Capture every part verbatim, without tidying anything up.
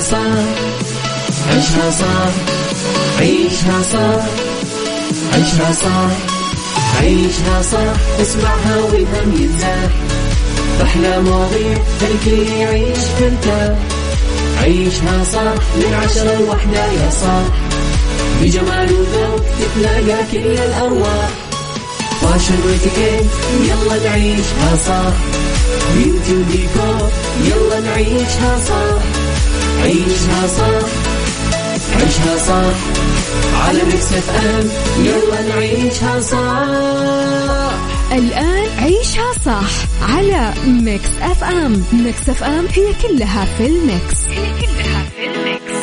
صح عيشها صح عيشها صح عيشها صح عيشها صح اسمعها والهم ينزاح أحلى مواضيع الكل يعيش ترتاح عيشها صح من عشرة لوحدة يا صاح بجمال وذوق تتلاقى كل الأرواح فاشل واتيكيت يلا نعيشها صح بيوتي وديكور يلا نعيشها صح عيشها صح عيشها صح على ميكس اف ام يلا نعيشها صح. الآن عيشها صح على ميكس اف ام. ميكس اف ام هي كلها في الميكس هي كلها في الميكس.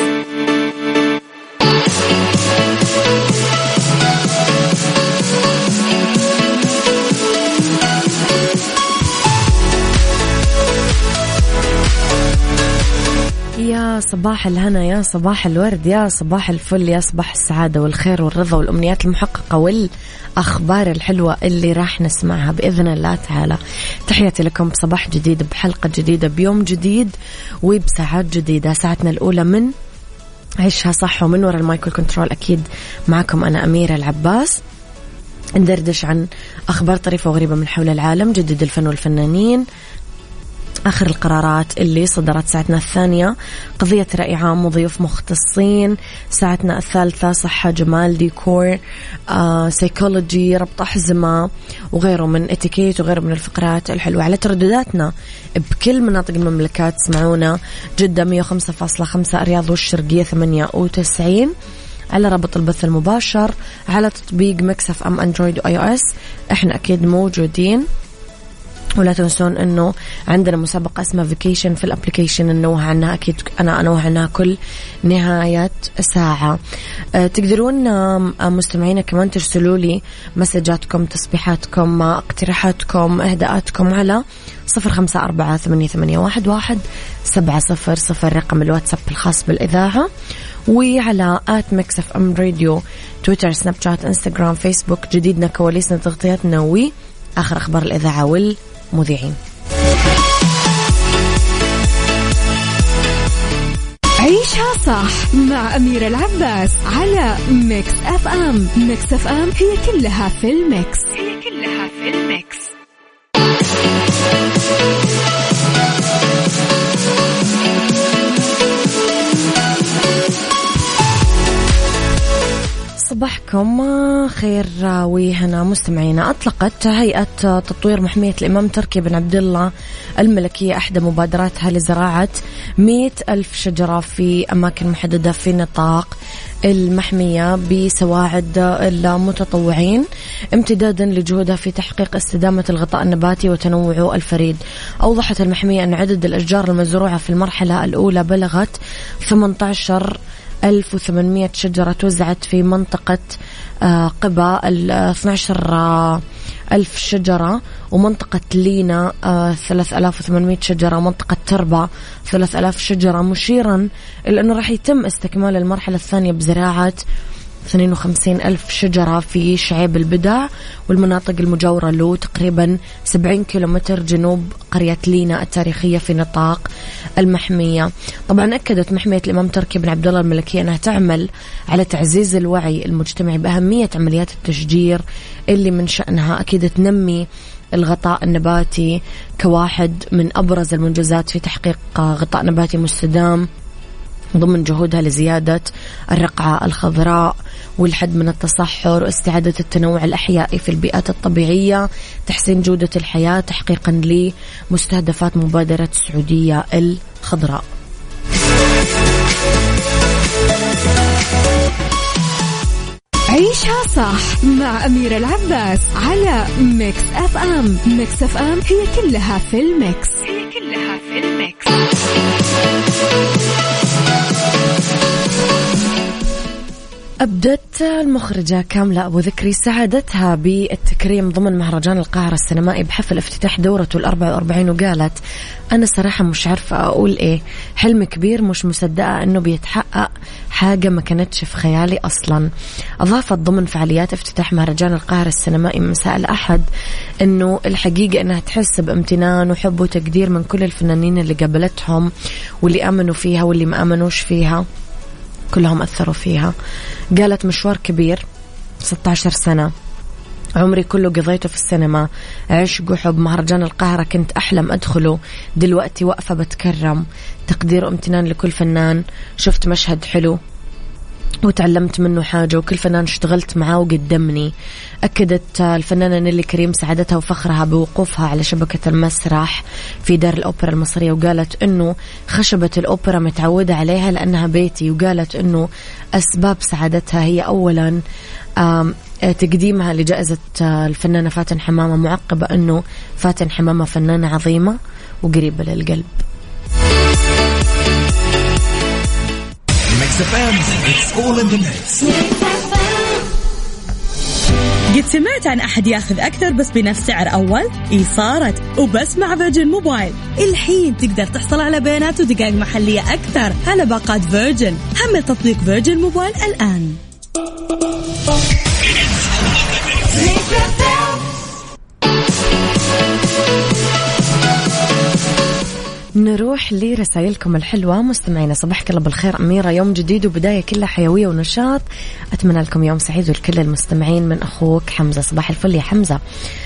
يا صباح الهنا يا صباح الورد يا صباح الفل يا صباح السعادة والخير والرضا والأمنيات المحققة والأخبار الحلوة اللي راح نسمعها بإذن الله تعالى. تحياتي لكم بصباح جديد بحلقة جديدة بيوم جديد وبساعات جديدة. ساعتنا الأولى من عيشها صح ومن وراء المايكل كنترول أكيد معكم أنا أميرة العباس. ندردش عن أخبار طريفة وغريبة من حول العالم، جديد الفن والفنانين، آخر القرارات اللي صدرت. ساعتنا الثانية قضية رأي عام وضيوف مختصين. ساعتنا الثالثة صحة جمال ديكور آه، سيكولوجي ربط أحزمة وغيره من اتيكيت وغيره من الفقرات الحلوة. على تردداتنا بكل مناطق المملكات اسمعونا جدة مية وخمسة فاصلة خمسة، الرياض والشرقية ثمانية وتسعين، على رابط البث المباشر على تطبيق ميكس اف ام اندرويد واي او اس. احنا اكيد موجودين. ولا تنسون انه عندنا مسابقة اسمها فيكيشن في الابليكيشن، ننوه عنها اكيد، انا انوه عنها كل نهاية ساعة. أه تقدرون أه مستمعينا كمان ترسلوا لي مسجاتكم، تصبيحاتكم، اقتراحاتكم، اهداءاتكم على صفر خمسة أربعة ثمانية ثمانية واحد واحد سبعة صفر صفر رقم الواتساب الخاص بالإذاعة، وعلى آت ميكس اف ام راديو تويتر سناب شات انستغرام فيسبوك. جديدنا كواليسنا تغطياتنا وآخر أخبار الإذاعة والمذيعين. عيشها صح مع أميرة العباس على ميكس اف ام. ميكس اف ام هي كلها في الميكس هي كلها في الميكس. صباحكم خير وهنا مستمعينا. أطلقت هيئة تطوير محمية الإمام تركي بن عبد الله الملكية إحدى مبادراتها لزراعة مئة ألف شجرة في أماكن محددة في نطاق المحمية بسواعد المتطوعين، امتدادا لجهودها في تحقيق استدامة الغطاء النباتي وتنوعه الفريد. أوضحت المحمية أن عدد الأشجار المزروعة في المرحلة الأولى بلغت ثمانية عشر ألف وثمانمائة شجرة توزعت في منطقة قبة اثني عشر ألف شجرة، ومنطقة لينا ثلاثة آلاف وثمانمائة شجرة، ومنطقة تربة ثلاثة آلاف شجرة، مشيرا إلى أنه راح يتم استكمال المرحلة الثانية بزراعة اثنين وخمسين ألف شجرة في شعيب البدع والمناطق المجاورة له تقريبا سبعين كيلومتر جنوب قرية لينا التاريخية في نطاق المحمية. طبعا أكدت محمية الإمام تركي بن عبد الله الملكية أنها تعمل على تعزيز الوعي المجتمعي بأهمية عمليات التشجير اللي من شأنها أكيد تنمي الغطاء النباتي كواحد من أبرز المنجزات في تحقيق غطاء نباتي مستدام ضمن جهودها لزيادة الرقعة الخضراء والحد من التصحر واستعادة التنوع الأحيائي في البيئات الطبيعية، تحسين جودة الحياة، تحقيقا لمستهدفات مبادرة السعودية الخضراء. عيشها صح مع أميرة العباس على ميكس اف ام. ميكس اف ام هي كلها في الميكس هي كلها في الميكس. أبدت المخرجة كاملة أبو ذكري سعادتها بالتكريم ضمن مهرجان القاهرة السينمائي بحفل افتتاح دورته الأربع وأربعين، وقالت: أنا صراحة مش عارفة أقول إيه، حلم كبير مش مصدقة أنه بيتحقق، حاجة ما كانتش في خيالي أصلا. أضافت ضمن فعاليات افتتاح مهرجان القاهرة السينمائي مساء الأحد أنه الحقيقة أنها تحس بامتنان وحب وتقدير من كل الفنانين اللي قابلتهم واللي آمنوا فيها واللي ما آمنوش فيها، كلهم أثروا فيها. قالت: مشوار كبير، ستة عشر سنة، عمري كله قضيته في السينما، عشق وحب مهرجان القاهرة كنت أحلم أدخله، دلوقتي وقفة بتكرم، تقدير وامتنان لكل فنان، شفت مشهد حلو وتعلمت منه حاجة، وكل فنان اشتغلت معاه وقدمني. أكدت الفنانة نيلي كريم سعادتها وفخرها بوقوفها على شبكة المسرح في دار الأوبرا المصرية، وقالت أنه خشبة الأوبرا متعودة عليها لأنها بيتي، وقالت أنه أسباب سعادتها هي أولا تقديمها لجائزة الفنانة فاتن حمامة، معقبة أنه فاتن حمامة فنانة عظيمة وقريبة للقلب. قد سمعت عن أحد ياخذ أكثر بس بنفس سعر أول؟ إيه صارت، وبس مع فيرجن موبايل الحين تقدر تحصل على بيانات ودقائق محلية أكثر على باقات فيرجن. حمل تطبيق فيرجن موبايل الآن. نروح لرسائلكم الحلوة مستمعينا. صباحك الله بالخير أميرة، يوم جديد وبداية كلها حيوية ونشاط، أتمنى لكم يوم سعيد ولكل المستمعين من أخوك حمزة. صباح الفل يا حمزة.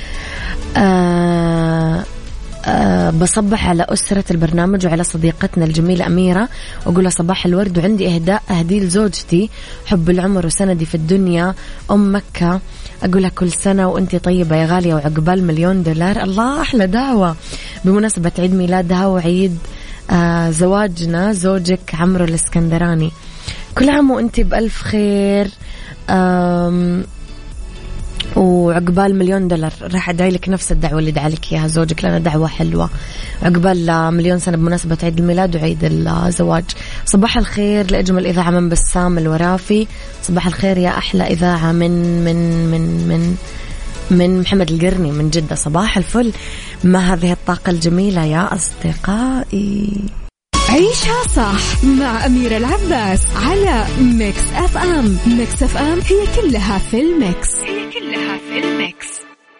آه أه بصبح على أسرة البرنامج وعلى صديقتنا الجميلة أميرة، وأقولها صباح الورد، وعندي إهداء أهدي لزوجتي حب العمر وسندي في الدنيا أم مكة، أقولها كل سنة وأنتي طيبة يا غالية وعقبال مليون دولار. الله، أحلى دعوة بمناسبة عيد ميلادها وعيد آه زواجنا زوجك عمرو الإسكندراني. كل عام وأنتي بألف خير آم وعقبال مليون دولار. راح أدعي لك نفس الدعوة اللي دعا لك إياها زوجك، لأنها دعوة حلوة. عقبال مليون سنة بمناسبة عيد الميلاد وعيد الزواج. صباح الخير لأجمل إذاعة من بسام الورافي. صباح الخير يا أحلى إذاعة من من من من من محمد القرني من جدة. صباح الفل، ما هذه الطاقة الجميلة يا أصدقائي. عيشها صح مع أميرة العباس على ميكس أف أم. ميكس أف أم هي كلها في الميكس، هي كلها في الميكس.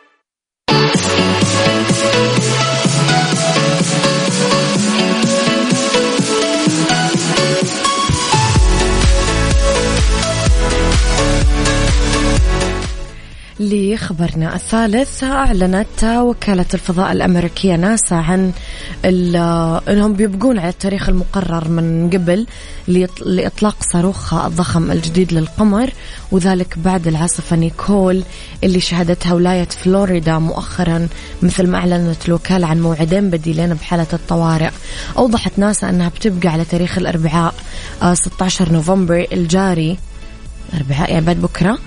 لخبرنا الثالث، أعلنت وكالة الفضاء الأمريكية ناسا عن أنهم بيبقون على التاريخ المقرر من قبل لإطلاق صاروخها الضخم الجديد للقمر، وذلك بعد العاصفة نيكول اللي شهدتها ولاية فلوريدا مؤخرا، مثل ما أعلنت الوكالة عن موعدين بديلين بحالة الطوارئ. أوضحت ناسا أنها بتبقى على تاريخ الأربعاء ستة عشر نوفمبر الجاري، الأربعاء يعني بعد بكرة،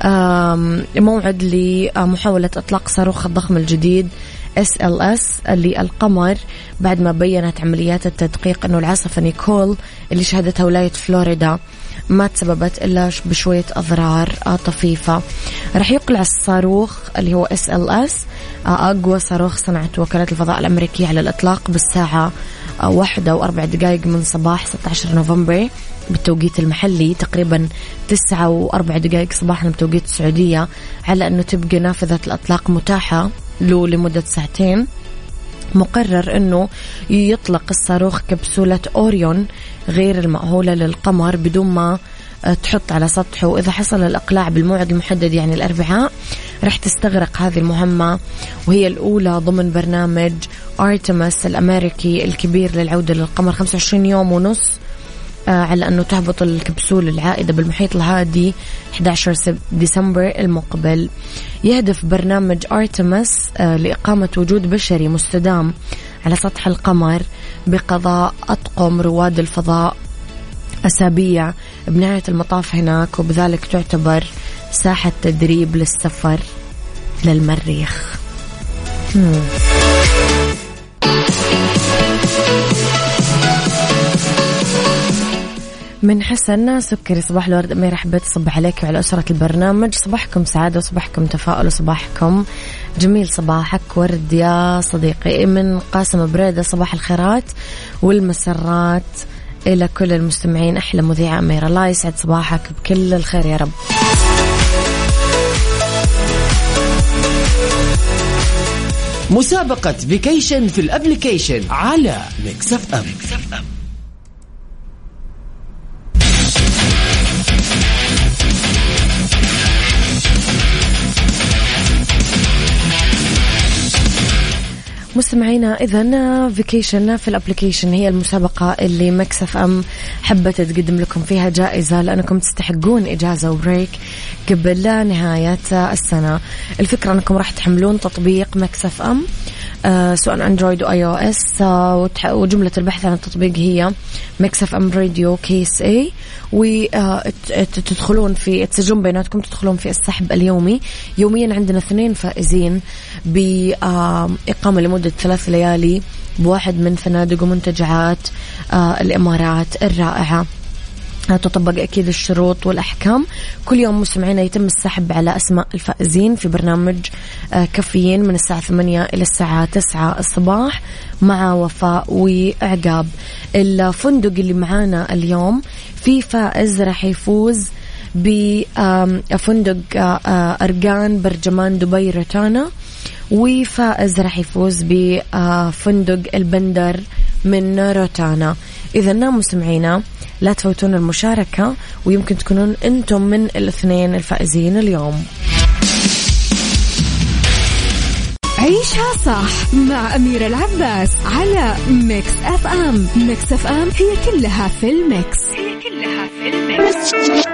موعد لمحاولة إطلاق صاروخ الضخم الجديد إس إل إس للقمر، بعد ما بيّنت عمليات التدقيق أنه العاصفة نيكول اللي شهدتها ولاية فلوريدا ما تسببت إلا بشوية أضرار طفيفة. رح يقلع الصاروخ اللي هو إس إل إس، أقوى صاروخ صنعت وكالة الفضاء الأمريكية على الإطلاق، بالساعة واحدة وأربع دقائق من صباح ستة عشر نوفمبر بالتوقيت المحلي، تقريبا تسعة وأربع دقائق صباحا بتوقيت السعودية، على أنه تبقى نافذة الإطلاق متاحة له لمدة ساعتين. مقرر أنه يطلق الصاروخ كبسولة أوريون غير المأهولة للقمر بدون ما تحط على سطحه، وإذا حصل الإقلاع بالموعد المحدد يعني الأربعاء رح تستغرق هذه المهمة، وهي الأولى ضمن برنامج أرتمس الأمريكي الكبير للعودة للقمر، خمسة وعشرين يوم ونص على أنه تهبط الكبسولة العائدة بالمحيط الهادي أحد عشر ديسمبر المقبل. يهدف برنامج أرتمس لإقامة وجود بشري مستدام على سطح القمر بقضاء أطقم رواد الفضاء أسابيع بنهاية المطاف هناك، وبذلك تعتبر ساحة تدريب للسفر للمريخ. مم. من حسن سكري. صباح الورد أميرة، حبيت أصبح عليك وعلى أسرة البرنامج. صباحكم سعادة وصباحكم تفاؤل وصباحكم جميل. صباحك ورد يا صديقي. من قاسم بريدة، صباح الخيرات والمسرات إلى كل المستمعين. أحلى مذيعة أميرة، الله يسعد صباحك بكل الخير يا رب. مسابقة فيكيشن في الابليكيشن على ميكس اف ام. مستمعينا، إذن فيكيشن في الابليكيشن هي المسابقة اللي ميكس اف ام حبت تقدم لكم فيها جائزة لأنكم تستحقون إجازة وبريك قبل نهاية السنة. الفكرة أنكم راح تحملون تطبيق ميكس اف ام آه سواء أندرويد أو آي أو إس، آه وجملة البحث عن التطبيق هي ميكس اف ام راديو كيس اي، وتدخلون في تسجلون بيناتكم، تدخلون في السحب اليومي. يوميا عندنا اثنين فائزين بإقامة لمدة ثلاث ليالي بواحد من فنادق ومنتجعات آه الإمارات الرائعة. تطبق أكيد الشروط والأحكام. كل يوم مستمعينا يتم السحب على أسماء الفائزين في برنامج كافيين من الساعة ثمانية إلى الساعة تسعة الصباح مع وفاء وإعقاب. الفندق اللي معانا اليوم في فائز راح يفوز بفندق أرقان برجمان دبي روتانا، وفائز راح يفوز بفندق البندر من روتانا. إذا مستمعينا لا تفوتون المشاركة، ويمكن تكونون أنتم من الاثنين الفائزين اليوم. عيشها صح مع أميرة العباس على ميكس أف أم. ميكس أف أم هي كلها في الميكس، هي كلها في الميكس.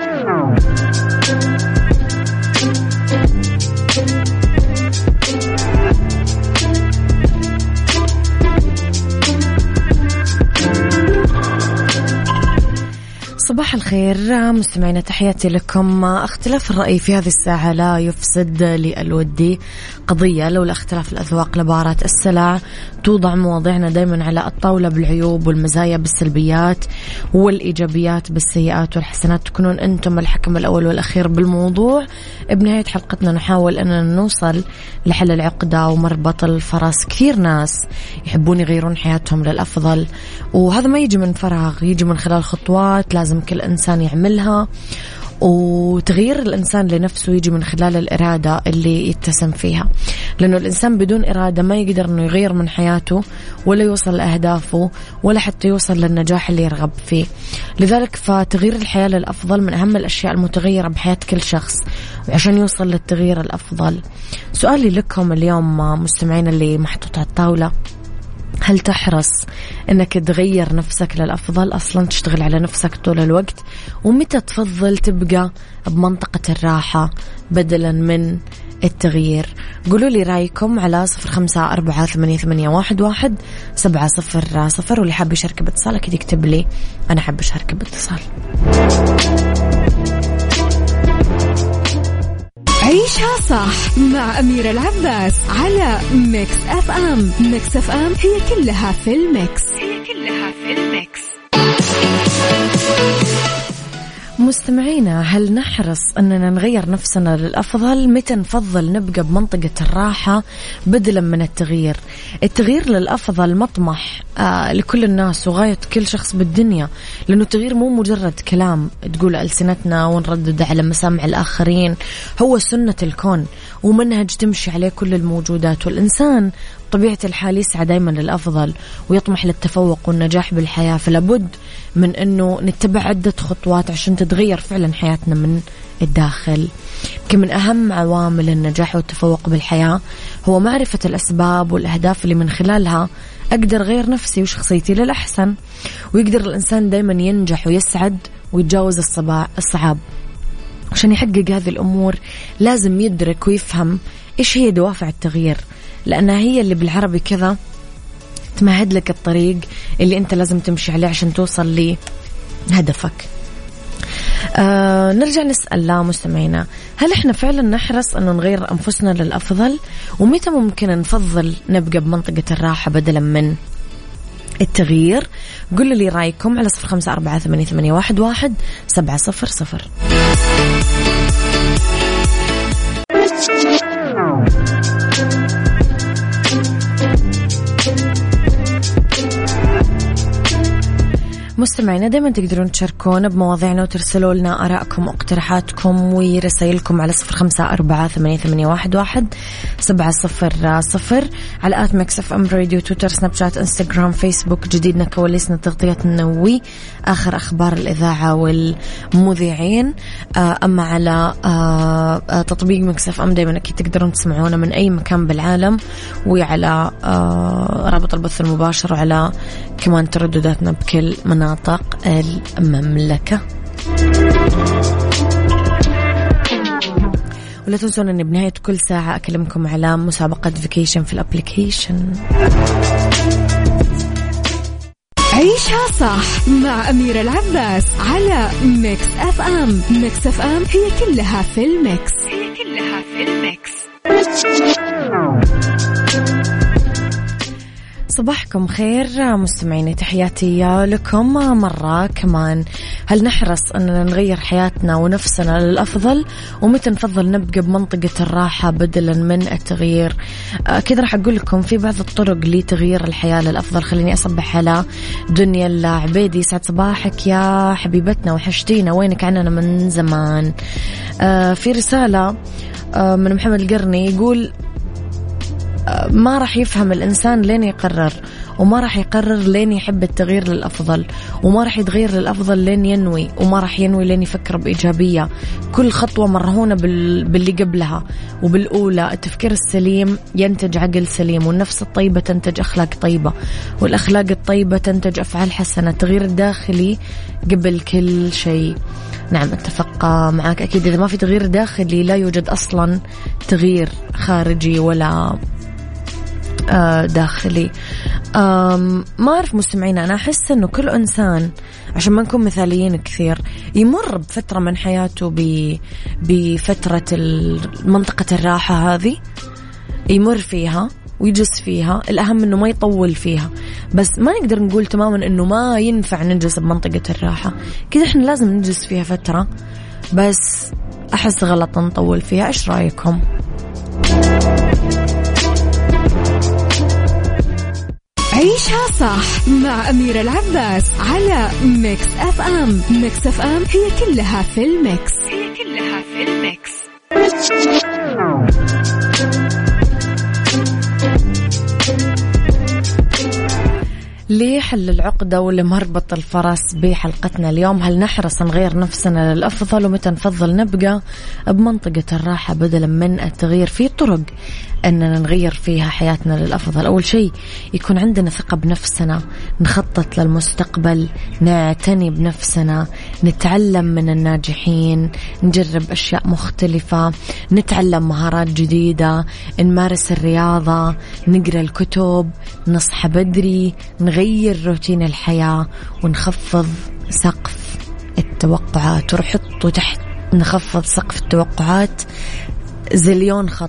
صباح الخير مستمعينا، تحياتي لكم. اختلاف الرأي في هذه الساعة لا يفسد للودي قضية، لولا اختلاف الأذواق لبارة السلع. توضع مواضيعنا دايما على الطاولة بالعيوب والمزايا بالسلبيات والإيجابيات بالسيئات والحسنات. تكونون أنتم الحكم الأول والأخير بالموضوع. بنهاية حلقتنا نحاول أننا نوصل لحل العقدة ومربط الفرس. كثير ناس يحبون يغيرون حياتهم للأفضل، وهذا ما يجي من فراغ، يجي من خلال خطوات لازم كل إنسان يعملها. وتغيير الإنسان لنفسه يجي من خلال الإرادة اللي يتسم فيها، لأنه الإنسان بدون إرادة ما يقدر أنه يغير من حياته ولا يوصل لأهدافه ولا حتى يوصل للنجاح اللي يرغب فيه. لذلك فتغيير الحياة للأفضل من أهم الأشياء المتغيرة بحياة كل شخص، وعشان يوصل للتغيير الأفضل سؤالي لكم اليوم مستمعين اللي محطوط على الطاولة: هل تحرص أنك تغير نفسك للأفضل، أصلا تشتغل على نفسك طول الوقت؟ ومتى تفضل تبقى بمنطقة الراحة بدلا من التغيير؟ قولوا لي رأيكم على صفر خمسة أربعة ثمانية ثمانية واحد واحد سبعة صفر صفر، واللي حاب يشارك باتصال أكيد يكتب لي أنا حاب أشارك باتصال. عيشها صح مع أميرة العباس على ميكس أف أم. ميكس أف أم هي كلها في الميكس، هي كلها في الميكس. مستمعينا، هل نحرص أننا نغير نفسنا للأفضل؟ متى نفضل نبقى بمنطقة الراحة بدلا من التغيير؟ التغيير للأفضل مطمح آه لكل الناس وغاية كل شخص بالدنيا، لأنه التغيير مو مجرد كلام تقول ألسنتنا ونردد على مسامع الآخرين، هو سنة الكون ومنهج تمشي عليه كل الموجودات. والإنسان طبيعة الحال يسعى دايما للأفضل ويطمح للتفوق والنجاح بالحياة، فلابد من أنه نتبع عدة خطوات عشان تتغير فعلا حياتنا من الداخل. كمن أهم عوامل النجاح والتفوق بالحياة هو معرفة الأسباب والأهداف اللي من خلالها أقدر غير نفسي وشخصيتي للأحسن. ويقدر الإنسان دايما ينجح ويسعد ويتجاوز الصعاب. عشان يحقق هذه الأمور لازم يدرك ويفهم إيش هي دوافع التغيير، لأنها هي اللي بالعربي كذا تمهد لك الطريق اللي أنت لازم تمشي عليه عشان توصل لهدفك. آه نرجع نسأل لا مستمعينا، هل إحنا فعلا نحرص أنه نغير أنفسنا للأفضل؟ ومتى ممكن نفضل نبقى بمنطقة الراحة بدلا من التغيير. قولوا لي رأيكم على صفر خمسة أربعة ثمانية ثمانية واحد واحد سبعة صفر صفر. مستمعينا دائما تقدرون تشاركونا بمواضيعنا وترسلوا لنا آراءكم واقتراحاتكم ورسائلكم على صفر خمسة أربعة ثمانية ثمانية واحد واحد سبعة صفر صفر على آت ميكس اف ام راديو، تويتر، سناب شات، انستغرام، فيسبوك. جديدنا، كواليسنا، تغطيتنا وآخر أخبار الإذاعة والمذيعين. أما على تطبيق ميكس اف ام دائما أكيد تقدرون تسمعونا من أي مكان بالعالم، وعلى رابط البث المباشر، وعلى كمان تردداتنا بكل مناطق المملكة. ولا تنسون أن بنهاية كل ساعة أكلمكم على مسابقة فيكيشن في الابليكيشن. عيشها صح مع أميرة العباس على ميكس اف ام. ميكس اف ام هي كلها في الميكس، هي كلها في الميكس. صباحكم خير مستمعين، تحياتي لكم مرة كمان. هل نحرص أننا نغير حياتنا ونفسنا للأفضل؟ ومتى نفضل نبقى بمنطقة الراحة بدلا من التغيير؟ كذا راح أقول لكم في بعض الطرق لتغيير الحياة للأفضل. خليني أصبح على دنيا العبيدي. سعد صباحك يا حبيبتنا، وحشتينا، وينك عننا من زمان. في رسالة من محمد القرني يقول ما راح يفهم الإنسان لين يقرر، وما راح يقرر لين يحب التغيير للأفضل، وما راح يتغير للأفضل لين ينوي، وما راح ينوي لين يفكر بإيجابية. كل خطوة مرهونة باللي قبلها وبالأولى. التفكير السليم ينتج عقل سليم، والنفس الطيبة تنتج أخلاق طيبة، والأخلاق الطيبة تنتج أفعال حسنة. التغيير الداخلي قبل كل شيء. نعم أتفق معك أكيد. إذا ما في تغيير داخلي لا يوجد أصلا تغيير خارجي ولا داخلي. ما أعرف مستمعين، أنا أحس أنه كل إنسان، عشان ما نكون مثاليين كثير، يمر بفترة من حياته بفترة منطقة الراحة هذه، يمر فيها ويجلس فيها. الأهم أنه ما يطول فيها. بس ما نقدر نقول تماما أنه ما ينفع نجلس بمنطقة الراحة كذا. إحنا لازم نجلس فيها فترة، بس أحس غلط نطول فيها. إيش رأيكم؟ عيشها صح مع أميرة العباس على ميكس اف ام. ميكس اف ام هي كلها في الميكس، هي كلها في الميكس. لحل العقدة ولمربط الفرس بحلقتنا اليوم، هل نحرص نغير نفسنا للأفضل؟ ومتى نفضل نبقى بمنطقة الراحة بدلا من التغيير؟ في طرق أننا نغير فيها حياتنا للأفضل. أول شيء يكون عندنا ثقة بنفسنا، نخطط للمستقبل، نعتني بنفسنا، نتعلم من الناجحين، نجرب أشياء مختلفة، نتعلم مهارات جديدة، نمارس الرياضة، نقرأ الكتب، نصحى بدري، نغير روتين الحياة، ونخفض سقف التوقعات. ونحط تحت نخفض سقف التوقعات زليون خط.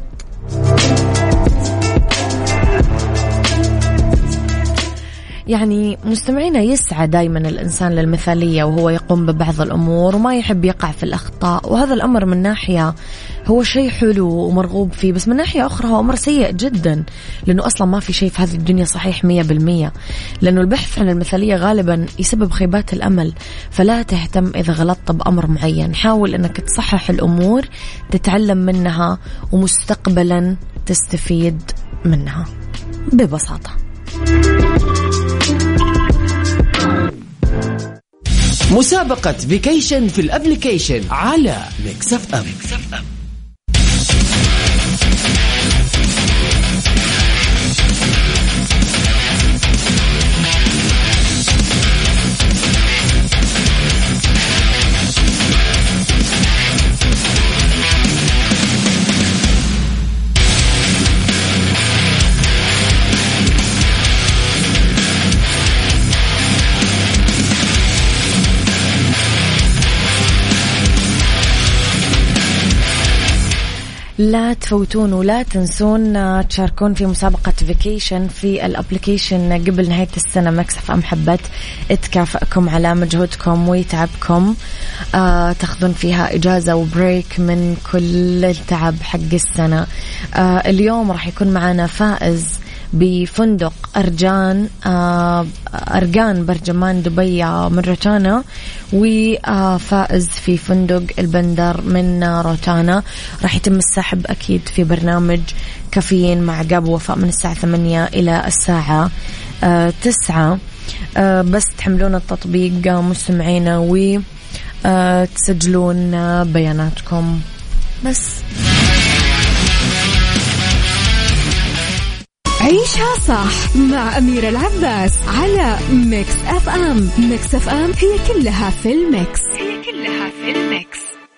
يعني مستمعينا، يسعى دايما الإنسان للمثالية وهو يقوم ببعض الأمور، وما يحب يقع في الأخطاء. وهذا الأمر من ناحية هو شيء حلو ومرغوب فيه، بس من ناحية أخرى هو أمر سيء جدا، لأنه أصلا ما في شيء في هذه الدنيا صحيح مية بالمية. لأنه البحث عن المثالية غالبا يسبب خيبات الأمل. فلا تهتم إذا غلطت بأمر معين، حاول أنك تصحح الأمور، تتعلم منها، ومستقبلا تستفيد منها ببساطة. مسابقة فيكيشن في الابليكيشن على ميكس اف ام. لا تفوتون ولا تنسون تشاركون في مسابقة فيكيشن في الابليكيشن قبل نهاية السنة. مكس اف ام حبت تكافئكم على مجهودكم وتعبكم، آه تاخذون فيها إجازة وبريك من كل التعب حق السنة. آه اليوم راح يكون معنا فائز بفندق أرجان آه أرجان برجمان دبي من روتانا، وفائز في فندق البندر من روتانا. راح يتم السحب أكيد في برنامج كافيين مع جاب وفاء من الساعة ثمانية إلى الساعة آه تسعة. آه بس تحملون التطبيق مستمعينا وتسجلون بياناتكم بس. عيشها صح مع أميرة العباس على ميكس أف أم. ميكس أف أم هي كلها في الميكس، هي كلها في الميكس.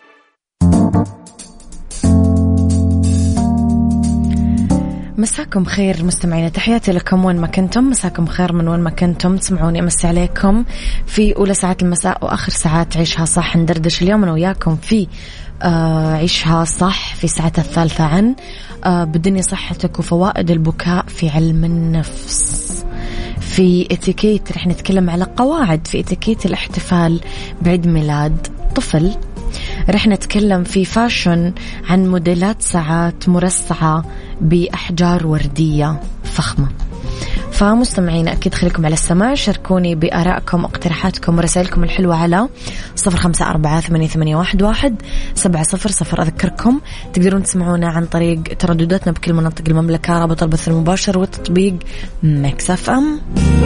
مساكم خير مستمعين، تحياتي لكم وين ما كنتم. مساكم خير من وين ما كنتم تسمعوني. أمسي عليكم في أولى ساعات المساء وآخر ساعات عيشها صح. ندردش اليوم أنا وياكم في آه عيشها صح في ساعتها الثالثة عن آه بالدنيا صحتك وفوائد البكاء في علم النفس. في اتيكيت رح نتكلم على قواعد في اتيكيت الاحتفال بعيد ميلاد طفل. رح نتكلم في فاشن عن موديلات ساعات مرصعة بأحجار وردية فخمة. فمستمعين أكيد خليكم على السماع، شاركوني بآرائكم واقتراحاتكم ورسائلكم الحلوة على صفر خمسة أربعة ثمانية ثمانية واحد واحد سبعة صفر صفر. أذكركم تقدرون تسمعونا عن طريق تردداتنا بكل مناطق المملكة، رابط البث المباشر وتطبيق ميكس أف أم.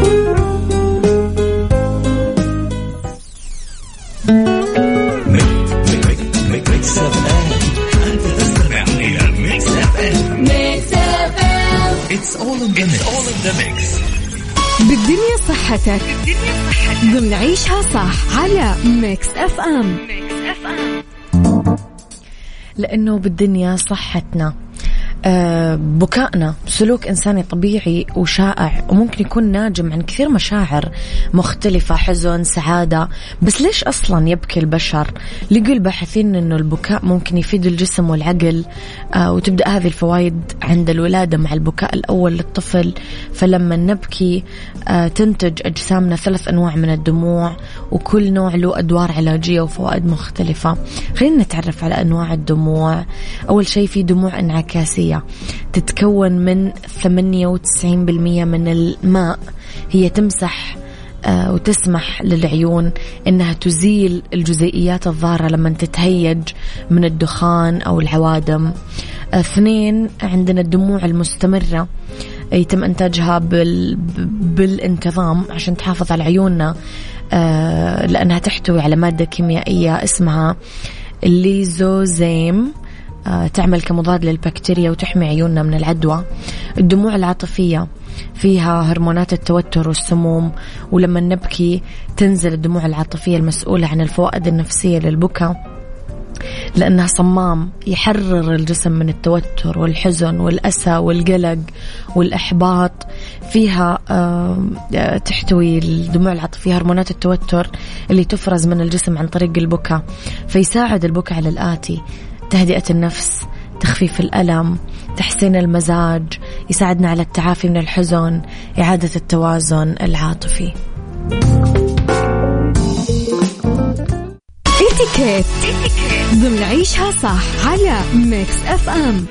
It's all in the mix. All in the mix. بالدنيا صحتك ضمن عيشها صح على ميكس أف أم. لأنه بالدنيا صحتنا. أه بكائنا سلوك إنساني طبيعي وشائع وممكن يكون ناجم عن كثير مشاعر مختلفة، حزن، سعادة. بس ليش أصلا يبكي البشر؟ لقوا الباحثين أنه البكاء ممكن يفيد الجسم والعقل، أه وتبدأ هذه الفوائد عند الولادة مع البكاء الأول للطفل. فلما نبكي أه تنتج أجسامنا ثلاث أنواع من الدموع، وكل نوع له أدوار علاجية وفوائد مختلفة. خلينا نتعرف على أنواع الدموع. أول شيء في دموع انعكاسية تتكون من ثمانية وتسعين بالمئة من الماء. هي تمسح آه وتسمح للعيون إنها تزيل الجزيئيات الضارة لما تتهيج من الدخان أو العوادم. آه اثنين، عندنا الدموع المستمرة يتم إنتاجها بال... بالانتظام عشان تحافظ على عيوننا، آه لأنها تحتوي على مادة كيميائية اسمها الليزوزيم، تعمل كمضاد للبكتيريا وتحمي عيوننا من العدوى. الدموع العاطفية فيها هرمونات التوتر والسموم، ولما نبكي تنزل الدموع العاطفية المسؤولة عن الفوائد النفسية للبكاء، لأنها صمام يحرر الجسم من التوتر والحزن والأسى والقلق والإحباط. فيها تحتوي الدموع العاطفية هرمونات التوتر اللي تفرز من الجسم عن طريق البكاء، فيساعد البكاء على الآتي: تهدئة النفس، تخفيف الألم، تحسين المزاج، يساعدنا على التعافي من الحزن، إعادة التوازن العاطفي. اتيكيت ضمن عيشها صح على ميكس أف أم.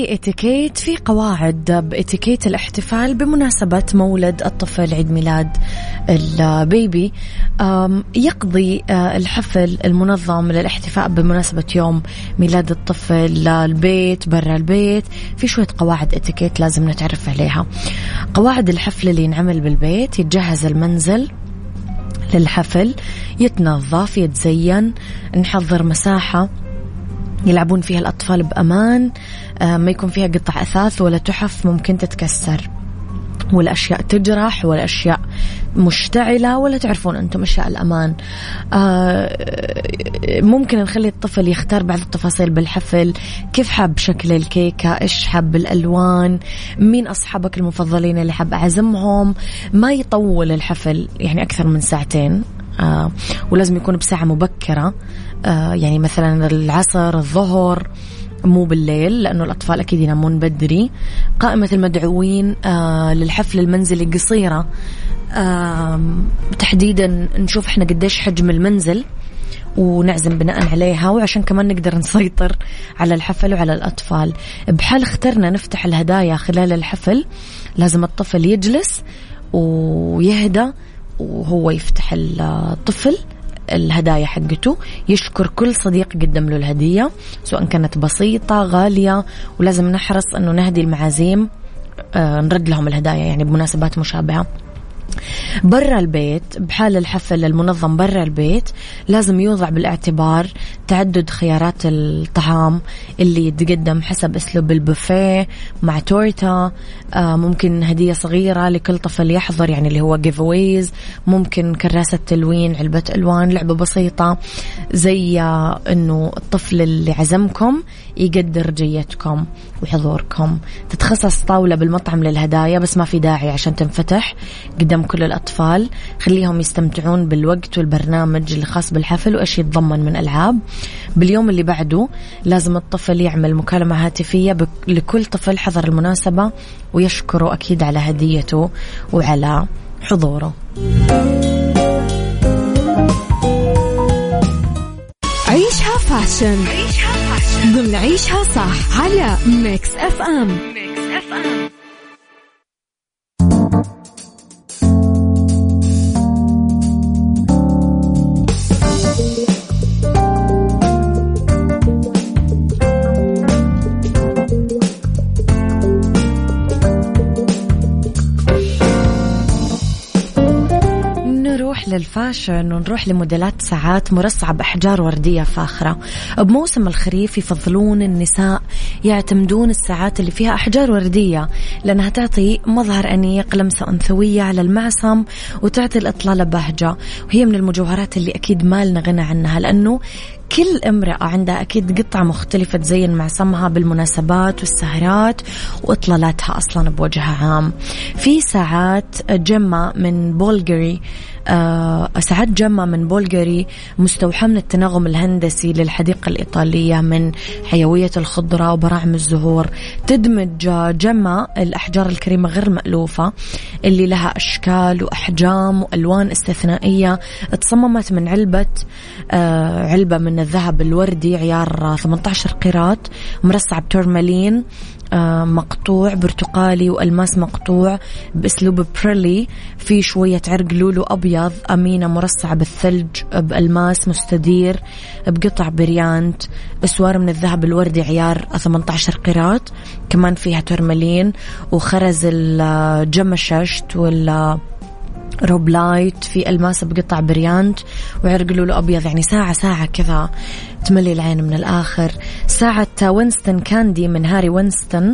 في اتيكيت، في قواعد باتيكيت الاحتفال بمناسبة مولد الطفل، عيد ميلاد البيبي. يقضي الحفل المنظم للاحتفاء بمناسبة يوم ميلاد الطفل البيت برا البيت في شوية قواعد اتيكيت لازم نتعرف عليها. قواعد الحفل اللي ينعمل بالبيت: يتجهز المنزل للحفل، يتنظف، يتزين، نحضر مساحة يلعبون فيها الأطفال بأمان، ما يكون فيها قطع أثاث ولا تحف ممكن تتكسر، ولا أشياء تجرح، ولا أشياء مشتعلة، ولا تعرفون أنتم أشياء الأمان. ممكن نخلي الطفل يختار بعض التفاصيل بالحفل، كيف حاب شكل الكيكة، إيش حاب الألوان، مين أصحابك المفضلين اللي حاب أعزمهم. ما يطول الحفل يعني أكثر من ساعتين، آه ولازم يكون بساعة مبكرة، آه يعني مثلا العصر الظهر، مو بالليل لأنه الأطفال أكيد ينامون بدري. قائمة المدعوين آه للحفل المنزلي قصيرة، آه تحديدا نشوف إحنا قديش حجم المنزل ونعزم بناء عليها، وعشان كمان نقدر نسيطر على الحفل وعلى الأطفال. بحال اخترنا نفتح الهدايا خلال الحفل لازم الطفل يجلس ويهدى وهو يفتح الطفل الهدايا حقته، يشكر كل صديق قدم له الهدية سواء كانت بسيطة غالية، ولازم نحرص أنه نهدي المعازيم آه نرد لهم الهدايا يعني بمناسبات مشابهة. برا البيت بحال الحفل المنظم برا البيت لازم يوضع بالاعتبار تعدد خيارات الطعام اللي يتقدم حسب أسلوب البوفيه مع تورتة، آه ممكن هدية صغيرة لكل طفل يحضر يعني اللي هو giveaways، ممكن كراسة تلوين، علبة ألوان، لعبة بسيطة زي آه أنه الطفل اللي عزمكم يقدر جيتكم وحضوركم. تتخصص طاولة بالمطعم للهدايا بس ما في داعي عشان تنفتح قدام كل الأطفال، خليهم يستمتعون بالوقت والبرنامج اللي خاص بالحفل وإيش يتضمن من ألعاب. باليوم اللي بعده لازم الطفل يعمل مكالمة هاتفية لكل طفل حضر المناسبة ويشكره أكيد على هديته وعلى حضوره. عيشها فاشن ضمن عيشها صح على ميكس اف ام. للفاشن ونروح لموديلات ساعات مرصعة بأحجار وردية فاخرة. بموسم الخريف يفضلون النساء يعتمدون الساعات اللي فيها أحجار وردية لأنها تعطي مظهر أنيق، لمسة أنثوية على المعصم، وتعطي الإطلالة بهجة، وهي من المجوهرات اللي أكيد ما لنا غنى عنها لأنه كل امرأة عندها أكيد قطعة مختلفة تزين معصمها بالمناسبات والسهرات وإطلالاتها أصلا بوجهها عام. في ساعات جمة من بولغاري، آه ساعات جمة من بولغاري مستوحاة من التناغم الهندسي للحديقة الإيطالية من حيوية الخضرة وبراعم الزهور. تدمج جمة الأحجار الكريمة غير مألوفة اللي لها أشكال وأحجام وألوان استثنائية، تصممت من علبة آه علبة من الذهب الوردي عيار ثمانية عشر قيراط مرصع بتورمالين آه مقطوع برتقالي وألماس مقطوع بأسلوب بريلي، في شوية عرق لولو أبيض، أمينة مرصعة بالثلج بألماس مستدير بقطع بريانت، أسوار من الذهب الوردي عيار ثمانية عشر قيراط كمان فيها تورمالين، وخرز الجمششت وال روبلايت في ألماس بقطع بريانت وعرق لولو أبيض. يعني ساعة ساعة كذا تملي العين من الآخر. ساعة وينستون كاندي من هاري وينستون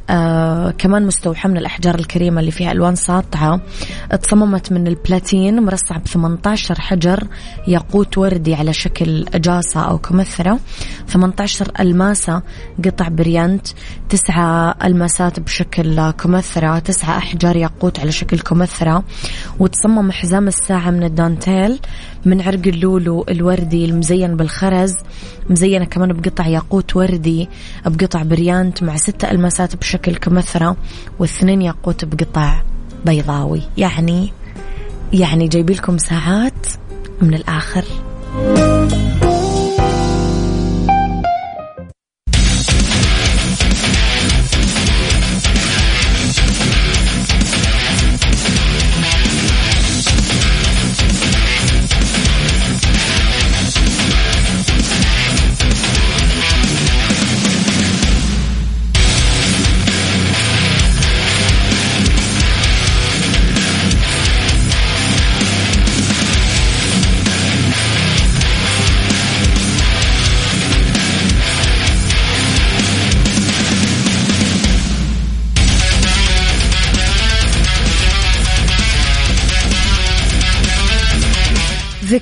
آه كمان مستوحى من الأحجار الكريمة اللي فيها ألوان ساطعة، تصممت من البلاتين مرصع ب ثمانية عشر حجر ياقوت وردي على شكل أجاصة أو كمثرة، ثمانية عشر ألماسة قطع بريانت، تسعة ألماسات بشكل كمثرة، تسعة أحجار ياقوت على شكل كمثرة. وتصمم حزام الساعة من الدانتيل من عرق اللولو الوردي المزين بالخرز، مزينة كمان بقطع ياقوت وردي بقطع بريانت مع ستة ألماسات بشكل كمثرة واثنين ياقوت بقطع بيضاوي. يعني يعني جايبي لكم ساعات من الآخر.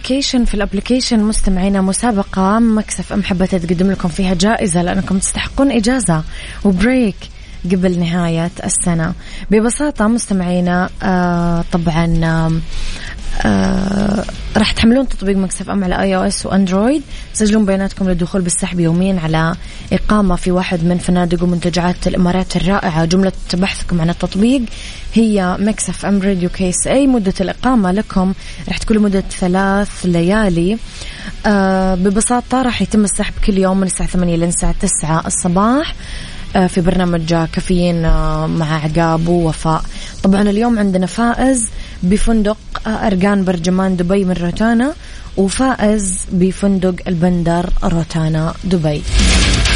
الابليكيشن في الابليكيشن مستمعينا مسابقة مكسف أم حبت تقدم لكم فيها جائزة لأنكم تستحقون إجازة وبريك قبل نهاية السنة. ببساطة مستمعينا آه طبعا آه آه راح تحملون تطبيق مكسف أم على آي أو إس وأندرويد، تسجلون بياناتكم للدخول بالسحب يوميا على إقامة في واحد من فنادق ومنتجعات الإمارات الرائعة. جملة بحثكم عن التطبيق هي مكسف أم راديو كيس أي. مدة الإقامة لكم راح تكون لمدة ثلاث ليالي. آه ببساطة راح يتم السحب كل يوم من الساعة ثمانية للساعة تسعة الصباح في برنامج كافيين مع عقاب ووفاء. طبعا اليوم عندنا فائز بفندق أرقان برجمان دبي من روتانا، وفائز بفندق البندر روتانا دبي.